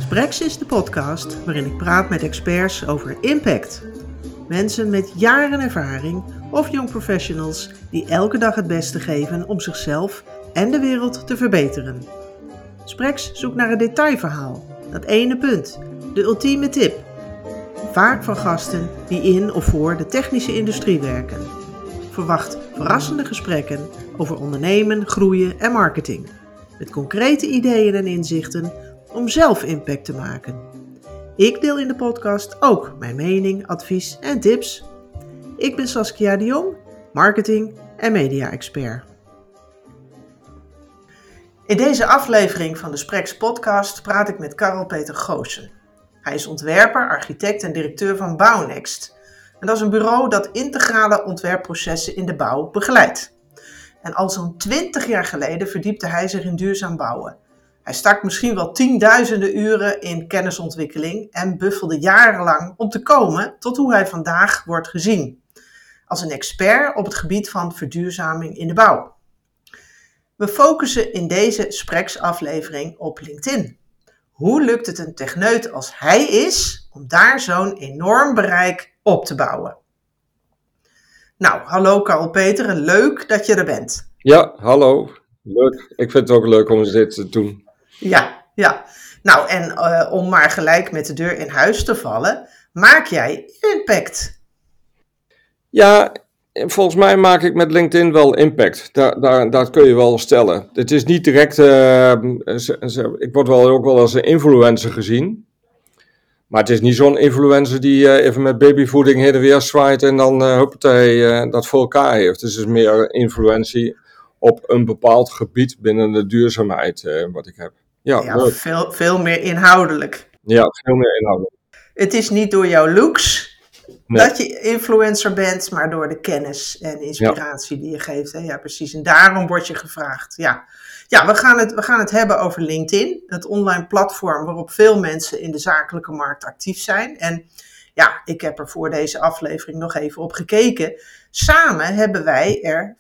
Sprex is de podcast waarin ik praat met experts over impact. Mensen met jaren ervaring of young professionals die elke dag het beste geven om zichzelf en de wereld te verbeteren. Sprex zoekt naar een detailverhaal, dat ene punt, de ultieme tip. Vaak van gasten die in of voor de technische industrie werken. Verwacht verrassende gesprekken over ondernemen, groeien en marketing. Met concrete ideeën en inzichten om zelf impact te maken. Ik deel in de podcast ook mijn mening, advies en tips. Ik ben Saskia de Jong, marketing- en media-expert. In deze aflevering van de Sprex podcast praat ik met Karel Peter Goossen. Hij is ontwerper, architect en directeur van Bouwnext. En dat is een bureau dat integrale ontwerpprocessen in de bouw begeleidt. En al zo'n 20 jaar geleden verdiepte hij zich in duurzaam bouwen. Hij stak misschien wel tienduizenden uren in kennisontwikkeling en buffelde jarenlang om te komen tot hoe hij vandaag wordt gezien. Als een expert op het gebied van verduurzaming in de bouw. We focussen in deze Sprex-aflevering op LinkedIn. Hoe lukt het een techneut als hij is om daar zo'n enorm bereik op te bouwen? Nou, hallo Karel Peter, leuk dat je er bent. Ja, hallo. Leuk. Ik vind het ook leuk om dit te doen. Ja. Nou, en om maar gelijk met de deur in huis te vallen, maak jij impact? Ja, volgens mij maak ik met LinkedIn wel impact. Dat kun je wel stellen. Het is niet direct, ik word ook wel als een influencer gezien. Maar het is niet zo'n influencer die even met babyvoeding heen en weer zwaait en dan dat voor elkaar heeft. Dus het is meer influentie op een bepaald gebied binnen de duurzaamheid wat ik heb. Ja, veel meer inhoudelijk. Ja, veel meer inhoudelijk. Het is niet door jouw looks Nee. dat je influencer bent, maar door de kennis en inspiratie die je geeft. Hè? Ja, precies. En daarom word je gevraagd. Ja, we gaan het hebben over LinkedIn, het online platform waarop veel mensen in de zakelijke markt actief zijn. En ja, ik heb er voor deze aflevering nog even op gekeken. Samen hebben wij er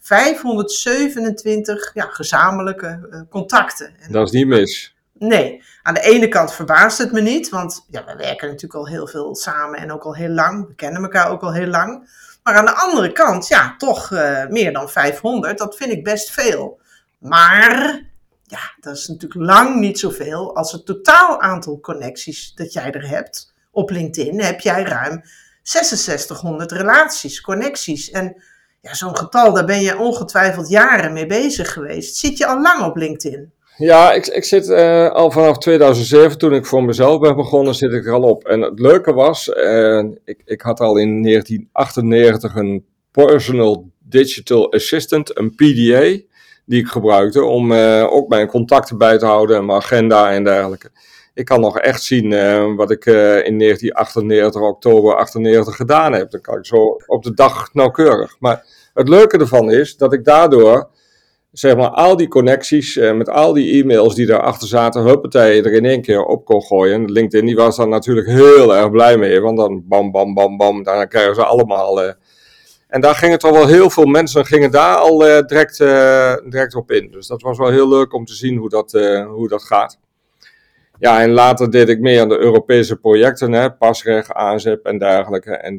527 gezamenlijke contacten. Dat is niet mis. Nee, aan de ene kant verbaast het me niet, want ja, we werken natuurlijk al heel veel samen en ook al heel lang. We kennen elkaar ook al heel lang. Maar aan de andere kant, ja, toch meer dan 500, dat vind ik best veel. Maar ja, dat is natuurlijk lang niet zoveel als het totaal aantal connecties dat jij er hebt. Op LinkedIn heb jij ruim 6600 relaties, connecties. En ja, zo'n getal, daar ben je ongetwijfeld jaren mee bezig geweest. Zit je al lang op LinkedIn? Ja, ik zit al vanaf 2007, toen ik voor mezelf ben begonnen, zit ik er al op. En het leuke was, ik had al in 1998 een Personal Digital Assistant, een PDA, die ik gebruikte om ook mijn contacten bij te houden en mijn agenda en dergelijke. Ik kan nog echt zien wat ik in 1998, oktober 98 gedaan heb. Dat kan ik zo op de dag nauwkeurig. Maar het leuke ervan is dat ik daardoor, zeg maar, al die connecties met al die e-mails die daarachter zaten, huppatee, er in één keer op kon gooien. LinkedIn die was daar natuurlijk heel erg blij mee, want dan bam, bam, bam, bam, dan krijgen ze allemaal. En daar gingen toch wel heel veel mensen gingen daar al direct op in. Dus dat was wel heel leuk om te zien hoe dat gaat. Ja, en later deed ik mee aan de Europese projecten, pasrecht, ANZEP en dergelijke. En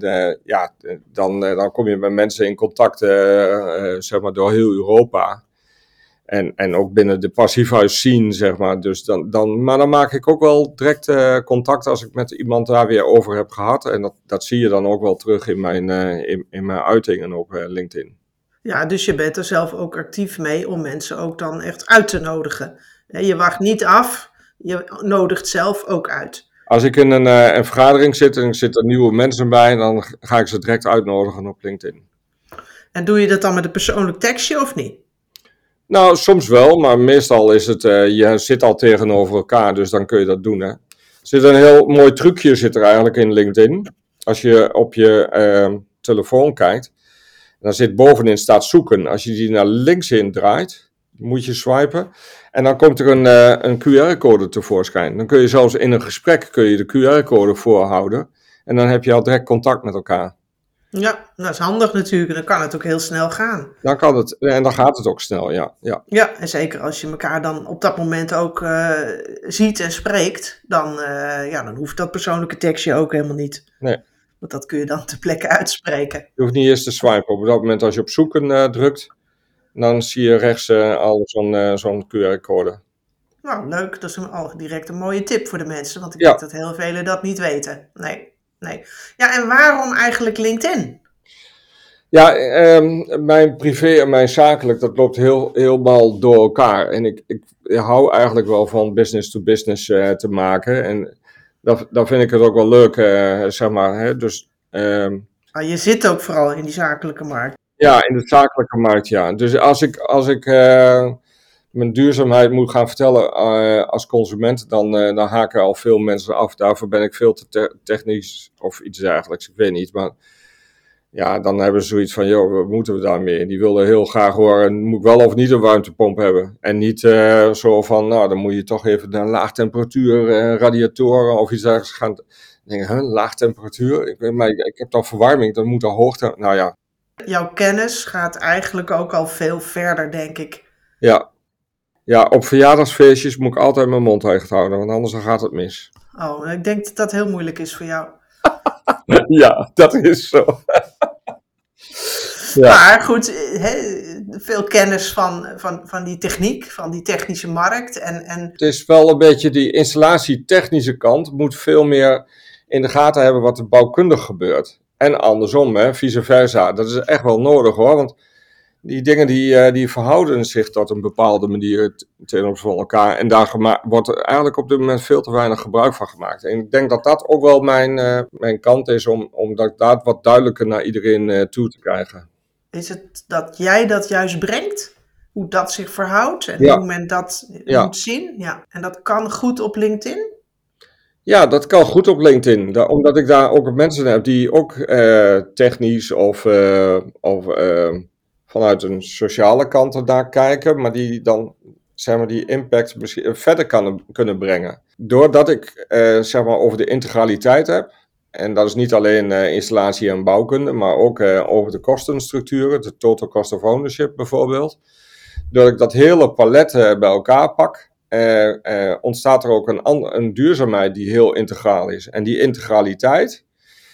dan kom je met mensen in contact, zeg maar, door heel Europa. En ook binnen de passievehuis scene, zeg maar. Dus maar dan maak ik ook wel direct contact als ik met iemand daar weer over heb gehad. En dat zie je dan ook wel terug in mijn uitingen op LinkedIn. Ja, dus je bent er zelf ook actief mee om mensen ook dan echt uit te nodigen. Je wacht niet af, je nodigt zelf ook uit. Als ik in een vergadering zit en er zitten nieuwe mensen bij, dan ga ik ze direct uitnodigen op LinkedIn. En doe je dat dan met een persoonlijk tekstje of niet? Nou, soms wel, maar meestal is het, je zit al tegenover elkaar, dus dan kun je dat doen. Hè. Er zit een heel mooi trucje zit er eigenlijk in LinkedIn. Als je op je telefoon kijkt, dan zit bovenin staat zoeken. Als je die naar links in draait, moet je swipen. En dan komt er een QR-code tevoorschijn. Dan kun je zelfs in een gesprek de QR-code voorhouden. En dan heb je al direct contact met elkaar. Ja, dat is handig natuurlijk. Dan kan het ook heel snel gaan. Dan kan het, en dan gaat het ook snel, ja. Ja, en zeker als je elkaar dan op dat moment ook ziet en spreekt, dan hoeft dat persoonlijke tekstje ook helemaal niet. Nee. Want dat kun je dan ter plekke uitspreken. Je hoeft niet eerst te swipen. Op dat moment als je op zoeken drukt, dan zie je rechts al zo'n QR-code. Nou, leuk. Dat is direct een mooie tip voor de mensen. Want ik denk dat heel velen dat niet weten. Nee. Ja, en waarom eigenlijk LinkedIn? Ja, mijn privé en mijn zakelijk, dat loopt helemaal door elkaar. En ik hou eigenlijk wel van business to business te maken. En dan vind ik het ook wel leuk, zeg maar. Hè? Dus, je zit ook vooral in die zakelijke markt. Ja, in de zakelijke markt, ja. Dus als ik mijn duurzaamheid moet gaan vertellen als consument, dan haken al veel mensen af. Daarvoor ben ik veel te technisch of iets dergelijks. Ik weet niet, maar ja, dan hebben ze zoiets van, joh, wat moeten we daarmee? Die willen heel graag horen, moet ik wel of niet een warmtepomp hebben? En niet zo van, nou, dan moet je toch even naar laag temperatuur radiatoren of iets dergelijks gaan denken, laag temperatuur? Ik heb toch verwarming, dan moet er hoogte. Nou ja. Jouw kennis gaat eigenlijk ook al veel verder, denk ik. Ja, op verjaardagsfeestjes moet ik altijd mijn mond dicht houden, want anders dan gaat het mis. Oh, ik denk dat dat heel moeilijk is voor jou. Ja, dat is zo. Ja. Maar goed, veel kennis van die techniek, van die technische markt. En... Het is wel een beetje die installatietechnische kant, moet veel meer in de gaten hebben wat er bouwkundig gebeurt. En andersom, vice versa. Dat is echt wel nodig hoor, want die dingen die verhouden zich tot een bepaalde manier ten opzichte van elkaar. En daar wordt er eigenlijk op dit moment veel te weinig gebruik van gemaakt. En ik denk dat dat ook wel mijn kant is om dat wat duidelijker naar iedereen toe te krijgen. Is het dat jij dat juist brengt? Hoe dat zich verhoudt en hoe men dat moet zien? Ja. En dat kan goed op LinkedIn? Ja, dat kan goed op LinkedIn. Omdat ik daar ook mensen heb die ook technisch of vanuit een sociale kant ernaar kijken, maar die dan zeg maar die impact misschien verder kunnen brengen. Doordat ik zeg maar over de integraliteit heb, en dat is niet alleen installatie en bouwkunde, maar ook over de kostenstructuren, de total cost of ownership bijvoorbeeld. Doordat ik dat hele palet bij elkaar pak, ontstaat er ook een duurzaamheid die heel integraal is. En die integraliteit,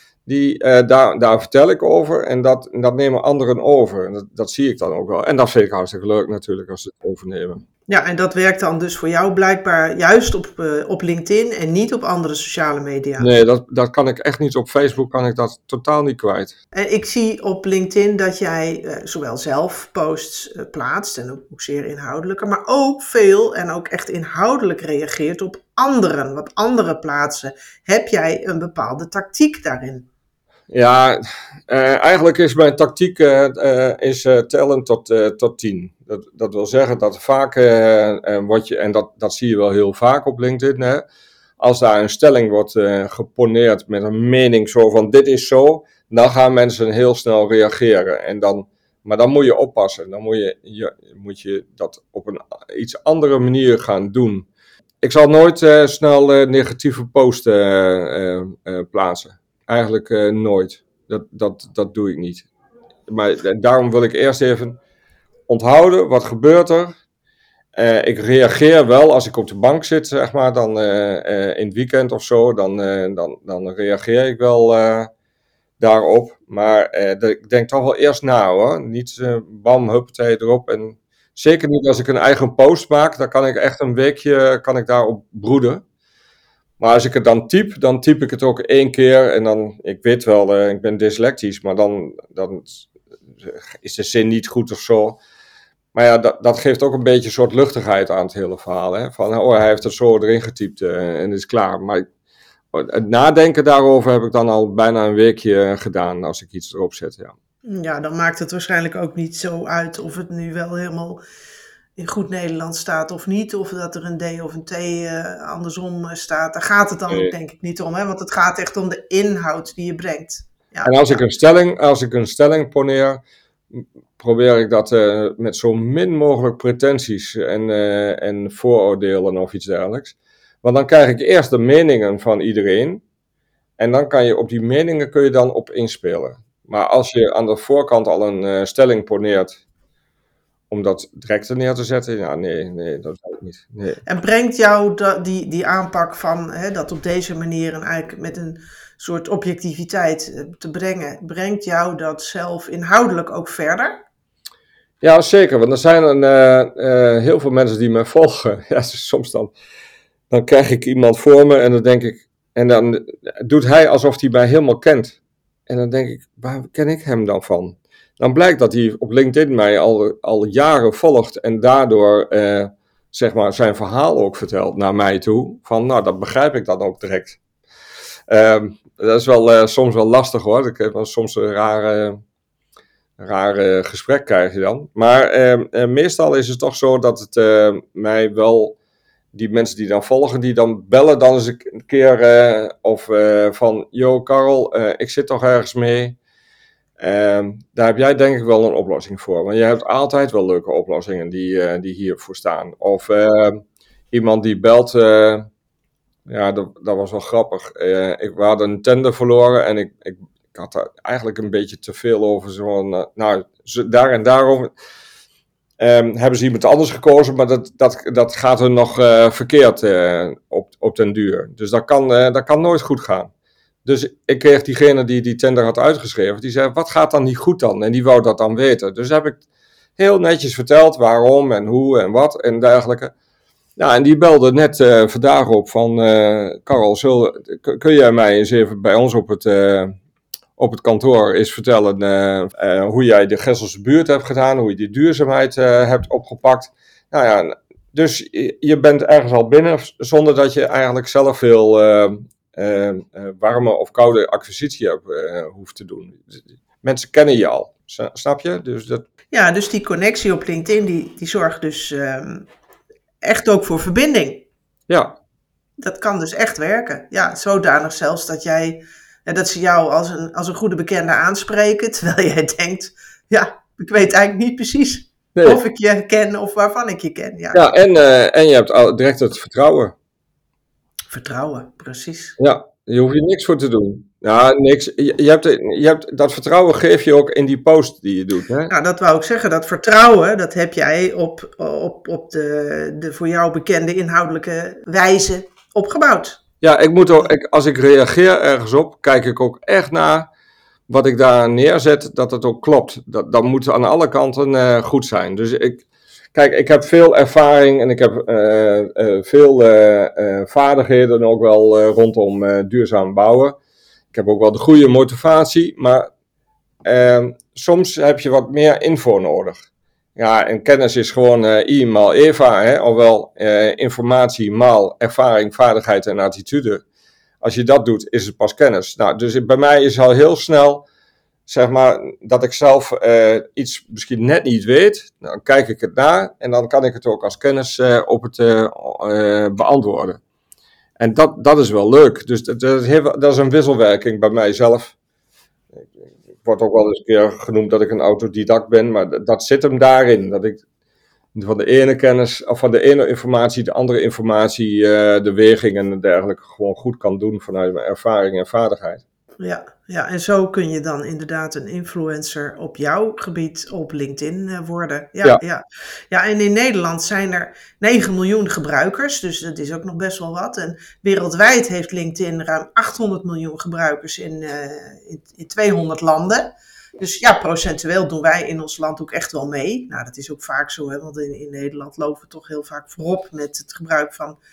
daar vertel ik over en dat nemen anderen over. Dat zie ik dan ook wel. En dat vind ik hartstikke leuk natuurlijk als ze het overnemen. Ja, en dat werkt dan dus voor jou blijkbaar juist op LinkedIn en niet op andere sociale media. Nee, dat kan ik echt niet. Op Facebook kan ik dat totaal niet kwijt. En ik zie op LinkedIn dat jij zowel zelf posts plaatst en ook zeer inhoudelijke, maar ook veel en ook echt inhoudelijk reageert op anderen, wat andere plaatsen. Heb jij een bepaalde tactiek daarin? Ja, eigenlijk is mijn tactiek tellen tot 10. Dat wil zeggen dat vaak en dat zie je wel heel vaak op LinkedIn, hè, als daar een stelling wordt geponeerd met een mening zo van dit is zo, dan gaan mensen heel snel reageren. Maar dan moet je oppassen, dan moet je dat op een iets andere manier gaan doen. Ik zal nooit snel negatieve posten plaatsen. Eigenlijk nooit. Dat doe ik niet. Maar daarom wil ik eerst even onthouden, wat gebeurt er? Ik reageer wel als ik op de bank zit, zeg maar, dan in het weekend of zo, dan reageer ik wel daarop. Maar ik denk toch wel eerst na hoor. Niet bam, huppatee erop. En zeker niet als ik een eigen post maak, dan kan ik echt een weekje daarop broeden. Maar als ik het dan typ ik het ook 1 keer en dan, ik weet wel, ik ben dyslectisch, maar dan is de zin niet goed of zo. Maar ja, dat geeft ook een beetje een soort luchtigheid aan het hele verhaal. Hè? Van, hij heeft het zo erin getypt en het is klaar. Maar het nadenken daarover heb ik dan al bijna een weekje gedaan als ik iets erop zet, ja. Ja, dan maakt het waarschijnlijk ook niet zo uit of het nu wel helemaal in goed Nederlands staat of niet, of dat er een D of een T andersom staat. Daar gaat het dan ook denk ik niet om, hè? Want het gaat echt om de inhoud die je brengt. Ja, en als ik een stelling poneer, probeer ik dat met zo min mogelijk pretenties en vooroordelen of iets dergelijks. Want dan krijg ik eerst de meningen van iedereen en dan kan je op die meningen kun je dan op inspelen. Maar als je aan de voorkant al een stelling poneert om dat direct neer te zetten, ja, nee, dat zou ik niet. Nee. En brengt jou die aanpak van dat op deze manier en eigenlijk met een soort objectiviteit te brengen, brengt jou dat zelf inhoudelijk ook verder? Ja, zeker, want er zijn heel veel mensen die me volgen. Ja, dus soms dan krijg ik iemand voor me en dan denk ik, en dan doet hij alsof hij mij helemaal kent. En dan denk ik, waar ken ik hem dan van? Dan blijkt dat hij op LinkedIn mij al jaren volgt en daardoor zeg maar zijn verhaal ook vertelt naar mij toe. Van, nou, dat begrijp ik dan ook direct. Dat is wel soms wel lastig hoor. Ik heb wel soms een rare gesprek krijg je dan. Maar meestal is het toch zo dat het mij wel, die mensen die dan volgen, die dan bellen dan eens een keer van, yo Karel, ik zit toch ergens mee. Daar heb jij denk ik wel een oplossing voor. Want je hebt altijd wel leuke oplossingen die hiervoor staan. Of iemand die belt, ja, dat was wel grappig. We hadden een tender verloren en ik had er eigenlijk een beetje te veel over. Nou, daar en daarover hebben ze iemand anders gekozen, maar dat gaat er nog verkeerd op den duur. Dus dat kan nooit goed gaan. Dus ik kreeg diegene die tender had uitgeschreven, die zei, wat gaat dan niet goed dan? En die wou dat dan weten. Dus heb ik heel netjes verteld waarom en hoe en wat en dergelijke. Ja, en die belde net vandaag op van, Karel, kun jij mij eens even bij ons op het kantoor eens vertellen hoe jij de Gesselse buurt hebt gedaan, hoe je die duurzaamheid hebt opgepakt. Nou ja, dus je bent ergens al binnen zonder dat je eigenlijk zelf veel warme of koude acquisitie hoeft te doen. Mensen kennen je al, snap je? Ja, dus die connectie op LinkedIn die zorgt dus echt ook voor verbinding. Ja. Dat kan dus echt werken. Ja, zodanig zelfs dat ze jou als een goede bekende aanspreken, terwijl jij denkt, ja, ik weet eigenlijk niet precies of ik je ken of waarvan ik je ken. Ja, en je hebt direct het vertrouwen. Vertrouwen, precies. Ja, je hoeft je niks voor te doen. Ja, niks. Je hebt, dat vertrouwen geef je ook in die post die je doet. Hè? Nou, dat wou ik zeggen. Dat vertrouwen, dat heb jij op de voor jou bekende inhoudelijke wijze opgebouwd. Ja, als ik reageer ergens op, kijk ik ook echt naar wat ik daar neerzet, dat het ook klopt. Dat moet aan alle kanten goed zijn. Dus ik heb veel ervaring en ik heb veel vaardigheden ook wel rondom duurzaam bouwen. Ik heb ook wel de goede motivatie, maar soms heb je wat meer info nodig. Ja, en kennis is gewoon I maal Eva, hè? Ofwel informatie maal ervaring, vaardigheid en attitude. Als je dat doet, is het pas kennis. Nou, dus bij mij is al heel snel, zeg maar, dat ik zelf iets misschien net niet weet. Dan kijk ik het na en dan kan ik het ook als kennis beantwoorden. En dat is wel leuk. Dus dat is een wisselwerking bij mijzelf. Ik word ook wel eens een keer genoemd dat ik een autodidact ben, maar dat zit hem daarin. Dat ik van de ene kennis, of van de ene informatie, de andere informatie, de weging en dergelijke gewoon goed kan doen vanuit mijn ervaring en vaardigheid. Ja, en zo kun je dan inderdaad een influencer op jouw gebied op LinkedIn worden. Ja, en in Nederland zijn er 9 miljoen gebruikers, dus dat is ook nog best wel wat. En wereldwijd heeft LinkedIn ruim 800 miljoen gebruikers in 200 landen. Dus ja, procentueel doen wij in ons land ook echt wel mee. Nou, dat is ook vaak zo, hè, want in Nederland lopen we toch heel vaak voorop met het gebruik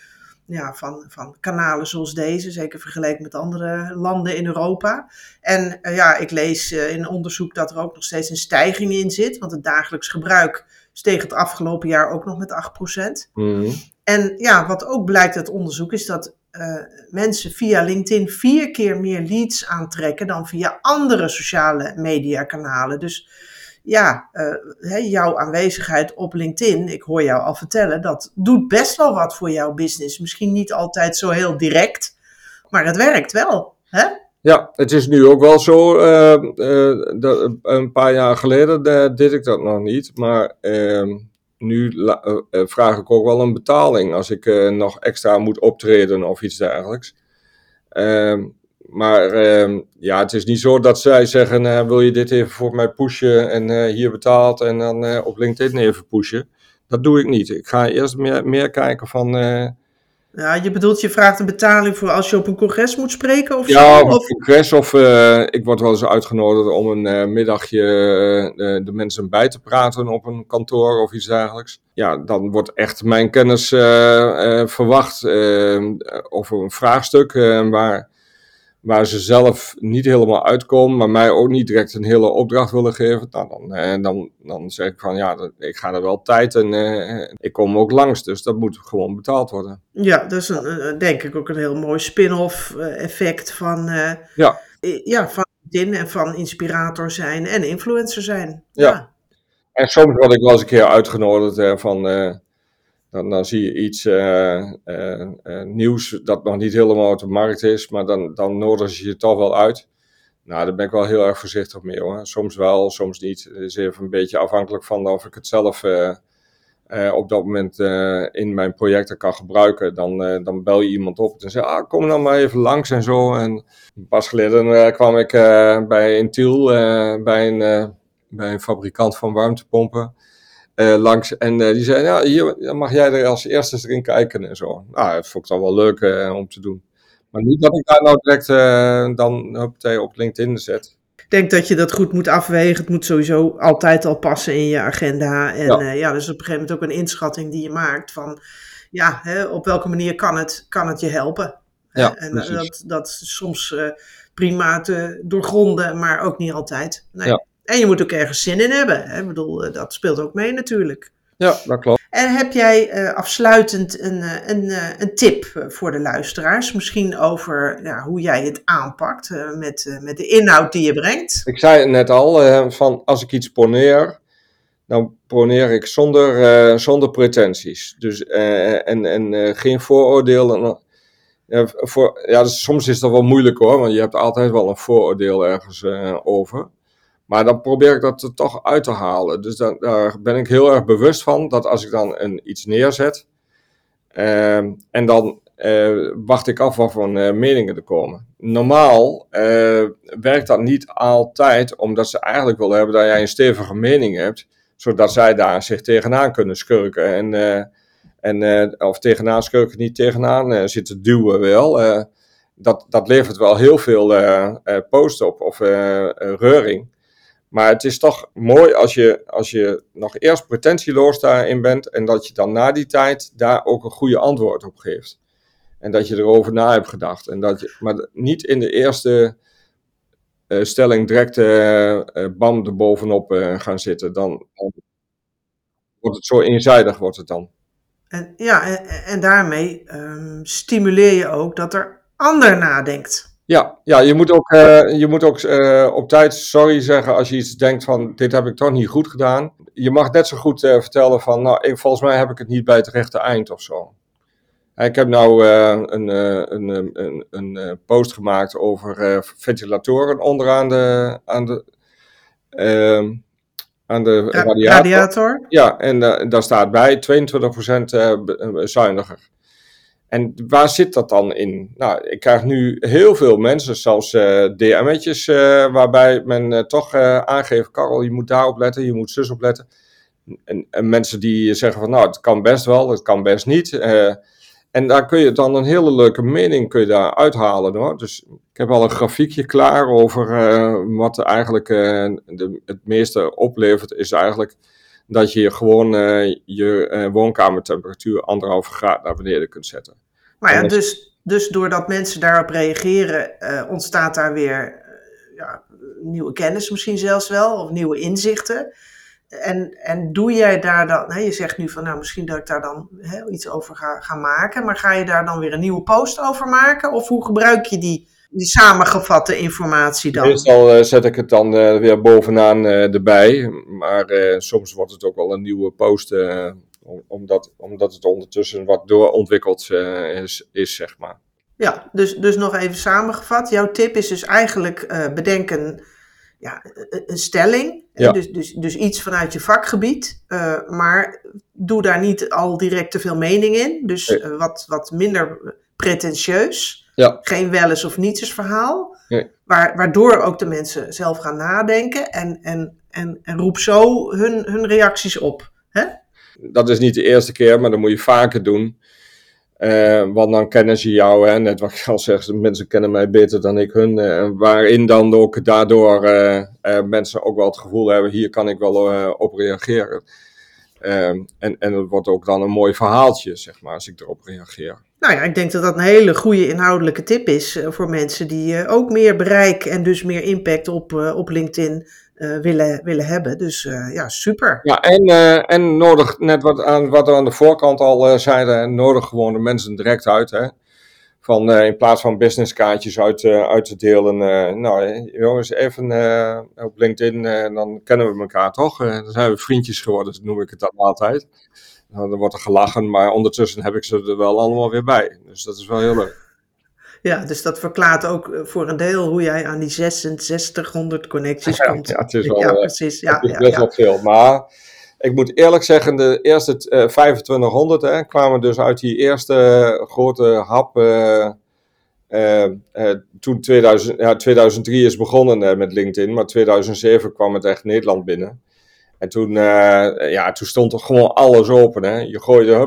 van kanalen zoals deze, zeker vergeleken met andere landen in Europa. En ik lees in onderzoek dat er ook nog steeds een stijging in zit, want het dagelijks gebruik steeg het afgelopen jaar ook nog met 8%. Mm-hmm. En ja, wat ook blijkt uit onderzoek is dat mensen via LinkedIn 4 keer meer leads aantrekken dan via andere sociale mediakanalen. Dus ja, jouw aanwezigheid op LinkedIn, ik hoor jou al vertellen, dat doet best wel wat voor jouw business. Misschien niet altijd zo heel direct, maar het werkt wel. Hè? Ja, het is nu ook wel zo, een paar jaar geleden deed ik dat nog niet, maar nu vraag ik ook wel een betaling als ik nog extra moet optreden of iets dergelijks. Maar het is niet zo dat zij zeggen, wil je dit even voor mij pushen en hier betaald en dan op LinkedIn even pushen. Dat doe ik niet. Ik ga eerst meer kijken van... Ja, je bedoelt, je vraagt een betaling voor als je op een congres moet spreken of zo? Ja, of Of? een congres of ik word wel eens uitgenodigd om een middagje de mensen bij te praten op een kantoor of iets dergelijks. Ja, dan wordt echt mijn kennis verwacht over een vraagstuk waar ze zelf niet helemaal uitkomen, maar mij ook niet direct een hele opdracht willen geven. Nou, dan zeg ik van ik ga er wel tijd en ik kom ook langs, dus dat moet gewoon betaald worden. Ja, dat is denk ik ook een heel mooi spin-off effect van van LinkedIn en van inspirator zijn en influencer zijn. Ja. En soms word ik wel eens een keer uitgenodigd dan zie je iets nieuws dat nog niet helemaal op de markt is, maar dan nodigen ze je toch wel uit. Nou, daar ben ik wel heel erg voorzichtig mee hoor. Soms wel, soms niet. Het is even een beetje afhankelijk van of ik het zelf op dat moment in mijn projecten kan gebruiken. Dan bel je iemand op en zeg kom dan maar even langs en zo. En pas geleden kwam ik in Tiel bij een fabrikant van warmtepompen langs. En die zei, hier mag jij er als eerste erin kijken en zo. Nou, dat vond ik dan wel leuk om te doen. Maar niet dat ik daar nou direct op LinkedIn zet. Ik denk dat je dat goed moet afwegen. Het moet sowieso altijd al passen in je agenda. En dus op een gegeven moment ook een inschatting die je maakt van op welke manier kan het je helpen. Ja, en dat is soms prima te doorgronden, maar ook niet altijd. Nee. Ja. En je moet ook ergens zin in hebben. Hè? Ik bedoel, dat speelt ook mee natuurlijk. Ja, dat klopt. En heb jij afsluitend een tip voor de luisteraars? Misschien over hoe jij het aanpakt met de inhoud die je brengt? Ik zei het net al, van als ik iets poneer, dan poneer ik zonder pretenties. Dus, geen vooroordelen. Dus soms is dat wel moeilijk hoor, want je hebt altijd wel een vooroordeel ergens over. Maar dan probeer ik dat er toch uit te halen. Dus daar ben ik heel erg bewust van, dat als ik dan iets neerzet, en dan wacht ik af wat voor meningen er komen. Normaal werkt dat niet altijd, omdat ze eigenlijk willen hebben dat jij een stevige mening hebt, zodat zij daar zich tegenaan kunnen schurken. Of tegenaan schurken, niet tegenaan zitten duwen wel. Dat levert wel heel veel post op of reuring. Maar het is toch mooi als je nog eerst pretentieloos daarin bent en dat je dan na die tijd daar ook een goede antwoord op geeft. En dat je erover na hebt gedacht. Maar niet in de eerste stelling direct bam erbovenop gaan zitten. Dan wordt het zo eenzijdig wordt het dan. En daarmee stimuleer je ook dat er ander nadenkt. Ja, je moet ook op tijd sorry zeggen als je iets denkt van dit heb ik toch niet goed gedaan. Je mag net zo goed vertellen van volgens mij heb ik het niet bij het rechte eind of zo. Ik heb nou een post gemaakt over ventilatoren onderaan de radiator. Ja, en daar staat bij 22% zuiniger. En waar zit dat dan in? Nou, ik krijg nu heel veel mensen, zelfs DM'tjes, waarbij men toch aangeeft, Karel, je moet daarop letten, je moet zus op letten. En mensen die zeggen van, het kan best wel, het kan best niet. En daar kun je dan een hele leuke mening daar uithalen hoor. Dus ik heb al een grafiekje klaar over wat eigenlijk het meeste oplevert, is eigenlijk dat je gewoon je woonkamertemperatuur 1,5 graad naar beneden kunt zetten. Maar dus doordat mensen daarop reageren, ontstaat daar weer nieuwe kennis misschien zelfs wel, of nieuwe inzichten. En doe jij daar dan, je zegt nu van misschien dat ik daar dan iets over ga maken, maar ga je daar dan weer een nieuwe post over maken? Of hoe gebruik je die samengevatte informatie dan? Meestal zet ik het dan weer bovenaan erbij, maar soms wordt het ook wel een nieuwe post, omdat het ondertussen wat doorontwikkeld is, zeg maar. Ja, dus nog even samengevat. Jouw tip is dus eigenlijk bedenken een stelling. Ja. Dus iets vanuit je vakgebied. Maar doe daar niet al direct te veel mening in. Dus wat minder pretentieus. Ja. Geen wel eens of niets verhaal. Nee. Waardoor ook de mensen zelf gaan nadenken en roep zo hun reacties op. Hè? Dat is niet de eerste keer, maar dat moet je vaker doen. Want dan kennen ze jou, hè? Net wat ik al zeg, mensen kennen mij beter dan ik hun. Waarin dan ook daardoor mensen ook wel het gevoel hebben, hier kan ik wel op reageren. En het wordt ook dan een mooi verhaaltje, zeg maar, als ik erop reageer. Nou ja, ik denk dat dat een hele goede inhoudelijke tip is voor mensen die ook meer bereik en dus meer impact op LinkedIn willen hebben. Dus ja, super. Ja, en nodig, net wat we aan de voorkant al zeiden, nodig gewoon de mensen direct uit. Hè? Van, in plaats van businesskaartjes uit te delen. Nou, jongens, even op LinkedIn, dan kennen we elkaar toch? Dan zijn we vriendjes geworden, dat noem ik het dan altijd. Dan wordt er gelachen, maar ondertussen heb ik ze er wel allemaal weer bij. Dus dat is wel heel leuk. Ja, dus dat verklaart ook voor een deel hoe jij aan die 6600 connecties komt. Ja, het is wel, precies. Het is best wel veel. Maar ik moet eerlijk zeggen, de eerste 2500 kwamen dus uit die eerste grote hap. Toen 2003 is begonnen met LinkedIn, maar 2007 kwam het echt Nederland binnen. En toen stond er gewoon alles open. Hè? Je gooide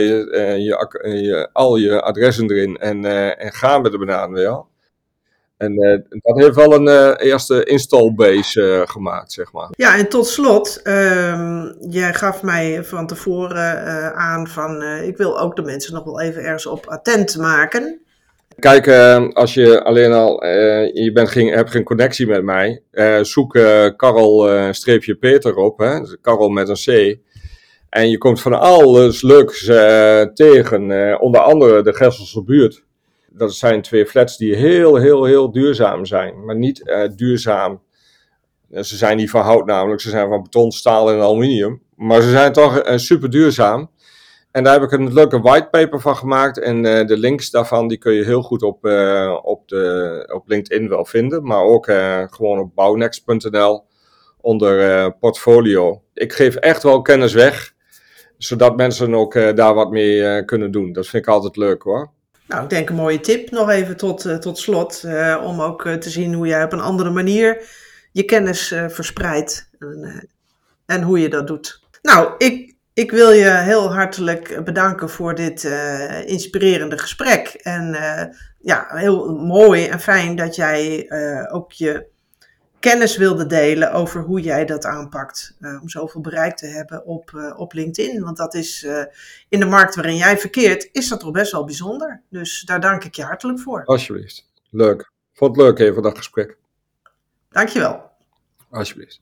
al je adressen erin en gaan met de banaan weer. En dat heeft wel een eerste installbase gemaakt, zeg maar. Ja, en tot slot, jij gaf mij van tevoren aan van ik wil ook de mensen nog wel even ergens op attent maken. Kijk, als je alleen al, hebt geen connectie met mij, zoek Karel-Peter op, hè? Karel met een C. En je komt van alles leuks tegen, onder andere de Gesselse buurt. Dat zijn 2 flats die heel, heel, heel duurzaam zijn, maar niet duurzaam. Ze zijn niet van hout namelijk, ze zijn van beton, staal en aluminium. Maar ze zijn toch super duurzaam. En daar heb ik een leuke whitepaper van gemaakt. En de links daarvan die kun je heel goed op LinkedIn wel vinden. Maar ook gewoon op bouwnext.nl onder portfolio. Ik geef echt wel kennis weg. Zodat mensen ook daar wat mee kunnen doen. Dat vind ik altijd leuk hoor. Nou, ik denk een mooie tip nog even tot slot. Om ook te zien hoe jij op een andere manier je kennis verspreidt. En hoe je dat doet. Nou, ik wil je heel hartelijk bedanken voor dit inspirerende gesprek. En ja, heel mooi en fijn dat jij ook je kennis wilde delen over hoe jij dat aanpakt. Om zoveel bereik te hebben op LinkedIn. Want dat is in de markt waarin jij verkeert, is dat toch best wel bijzonder. Dus daar dank ik je hartelijk voor. Alsjeblieft. Leuk. Vond het leuk even dat gesprek. Dankjewel. Alsjeblieft.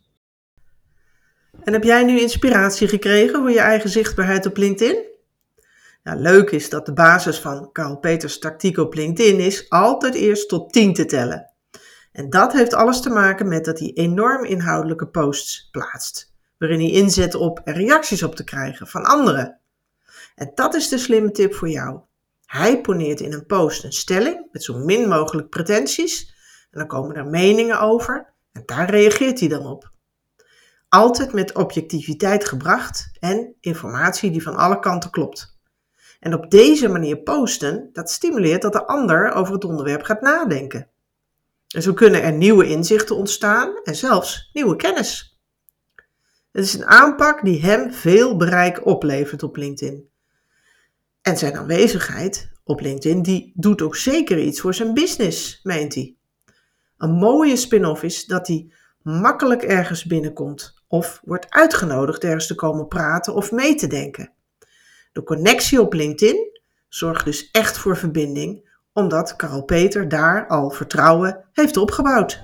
En heb jij nu inspiratie gekregen voor je eigen zichtbaarheid op LinkedIn? Nou, leuk is dat de basis van Karel Peters tactiek op LinkedIn is altijd eerst tot 10 te tellen. En dat heeft alles te maken met dat hij enorm inhoudelijke posts plaatst, waarin hij inzet op er reacties op te krijgen van anderen. En dat is de slimme tip voor jou. Hij poneert in een post een stelling met zo min mogelijk pretenties en dan komen er meningen over en daar reageert hij dan op. Altijd met objectiviteit gebracht en informatie die van alle kanten klopt. En op deze manier posten, dat stimuleert dat de ander over het onderwerp gaat nadenken. En zo kunnen er nieuwe inzichten ontstaan en zelfs nieuwe kennis. Het is een aanpak die hem veel bereik oplevert op LinkedIn. En zijn aanwezigheid op LinkedIn, die doet ook zeker iets voor zijn business, meent hij. Een mooie spin-off is dat hij makkelijk ergens binnenkomt of wordt uitgenodigd ergens te komen praten of mee te denken. De connectie op LinkedIn zorgt dus echt voor verbinding, omdat Karel Peter daar al vertrouwen heeft opgebouwd.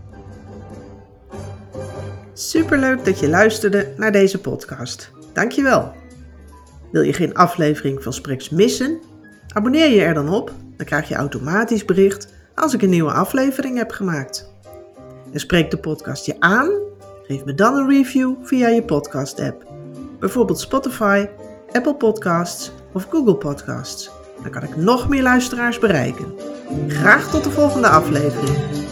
Superleuk dat je luisterde naar deze podcast. Dankjewel. Wil je geen aflevering van Spreks missen? Abonneer je er dan op, dan krijg je automatisch bericht als ik een nieuwe aflevering heb gemaakt. En spreekt de podcast je aan? Geef me dan een review via je podcast-app. Bijvoorbeeld Spotify, Apple Podcasts of Google Podcasts. Dan kan ik nog meer luisteraars bereiken. Graag tot de volgende aflevering.